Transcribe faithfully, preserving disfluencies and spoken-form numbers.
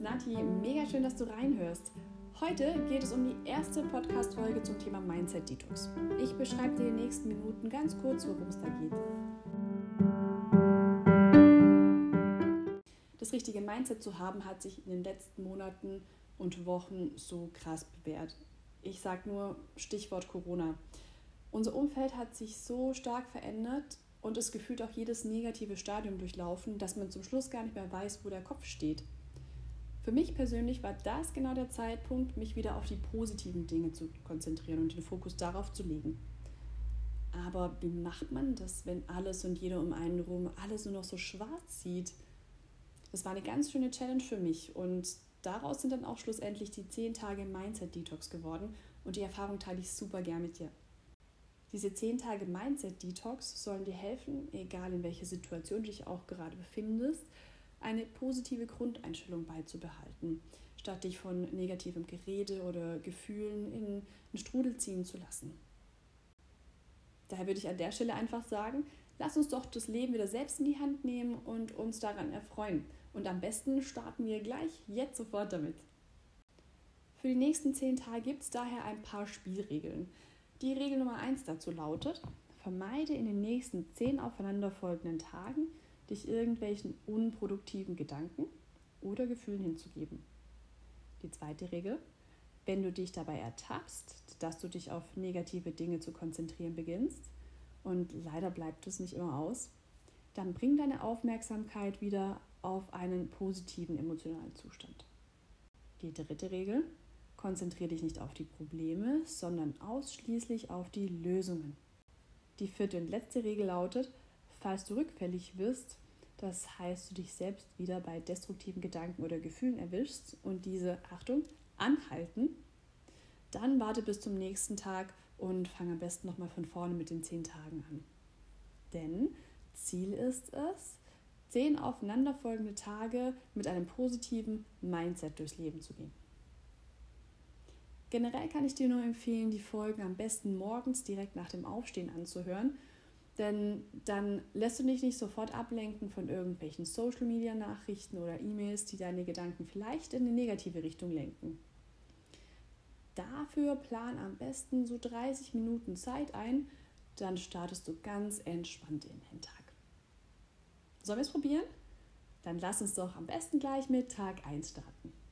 Nati, mega schön, dass du reinhörst. Heute geht es um die erste Podcast-Folge zum Thema Mindset Detox. Ich beschreibe dir in den nächsten Minuten ganz kurz, worum es da geht. Das richtige Mindset zu haben, hat sich in den letzten Monaten und Wochen so krass bewährt. Ich sage nur Stichwort Corona. Unser Umfeld hat sich so stark verändert und ist gefühlt auch jedes negative Stadium durchlaufen, dass man zum Schluss gar nicht mehr weiß, wo der Kopf steht. Für mich persönlich war das genau der Zeitpunkt, mich wieder auf die positiven Dinge zu konzentrieren und den Fokus darauf zu legen. Aber wie macht man das, wenn alles und jeder um einen rum alles nur noch so schwarz sieht? Das war eine ganz schöne Challenge für mich und daraus sind dann auch schlussendlich die zehn Tage Mindset Detox geworden und die Erfahrung teile ich super gern mit dir. Diese zehn Tage Mindset Detox sollen dir helfen, egal in welcher Situation du dich auch gerade befindest, eine positive Grundeinstellung beizubehalten, statt dich von negativem Gerede oder Gefühlen in einen Strudel ziehen zu lassen. Daher würde ich an der Stelle einfach sagen, lass uns doch das Leben wieder selbst in die Hand nehmen und uns daran erfreuen. Und am besten starten wir gleich jetzt sofort damit. Für die nächsten zehn Tage gibt es daher ein paar Spielregeln. Die Regel Nummer eins dazu lautet, vermeide in den nächsten zehn aufeinanderfolgenden Tagen, dich irgendwelchen unproduktiven Gedanken oder Gefühlen hinzugeben. Die zweite Regel, wenn du dich dabei ertappst, dass du dich auf negative Dinge zu konzentrieren beginnst, und leider bleibt es nicht immer aus, dann bring deine Aufmerksamkeit wieder auf einen positiven emotionalen Zustand. Die dritte Regel, konzentriere dich nicht auf die Probleme, sondern ausschließlich auf die Lösungen. Die vierte und letzte Regel lautet, falls du rückfällig wirst, das heißt, du dich selbst wieder bei destruktiven Gedanken oder Gefühlen erwischst und diese, Achtung, anhalten, dann warte bis zum nächsten Tag und fang am besten nochmal von vorne mit den zehn Tagen an. Denn Ziel ist es, zehn aufeinanderfolgende Tage mit einem positiven Mindset durchs Leben zu gehen. Generell kann ich dir nur empfehlen, die Folgen am besten morgens direkt nach dem Aufstehen anzuhören, denn dann lässt du dich nicht sofort ablenken von irgendwelchen Social-Media-Nachrichten oder E-Mails, die deine Gedanken vielleicht in eine negative Richtung lenken. Dafür plan am besten so dreißig Minuten Zeit ein, dann startest du ganz entspannt in den Tag. Sollen wir es probieren? Dann lass uns doch am besten gleich mit Tag eins starten.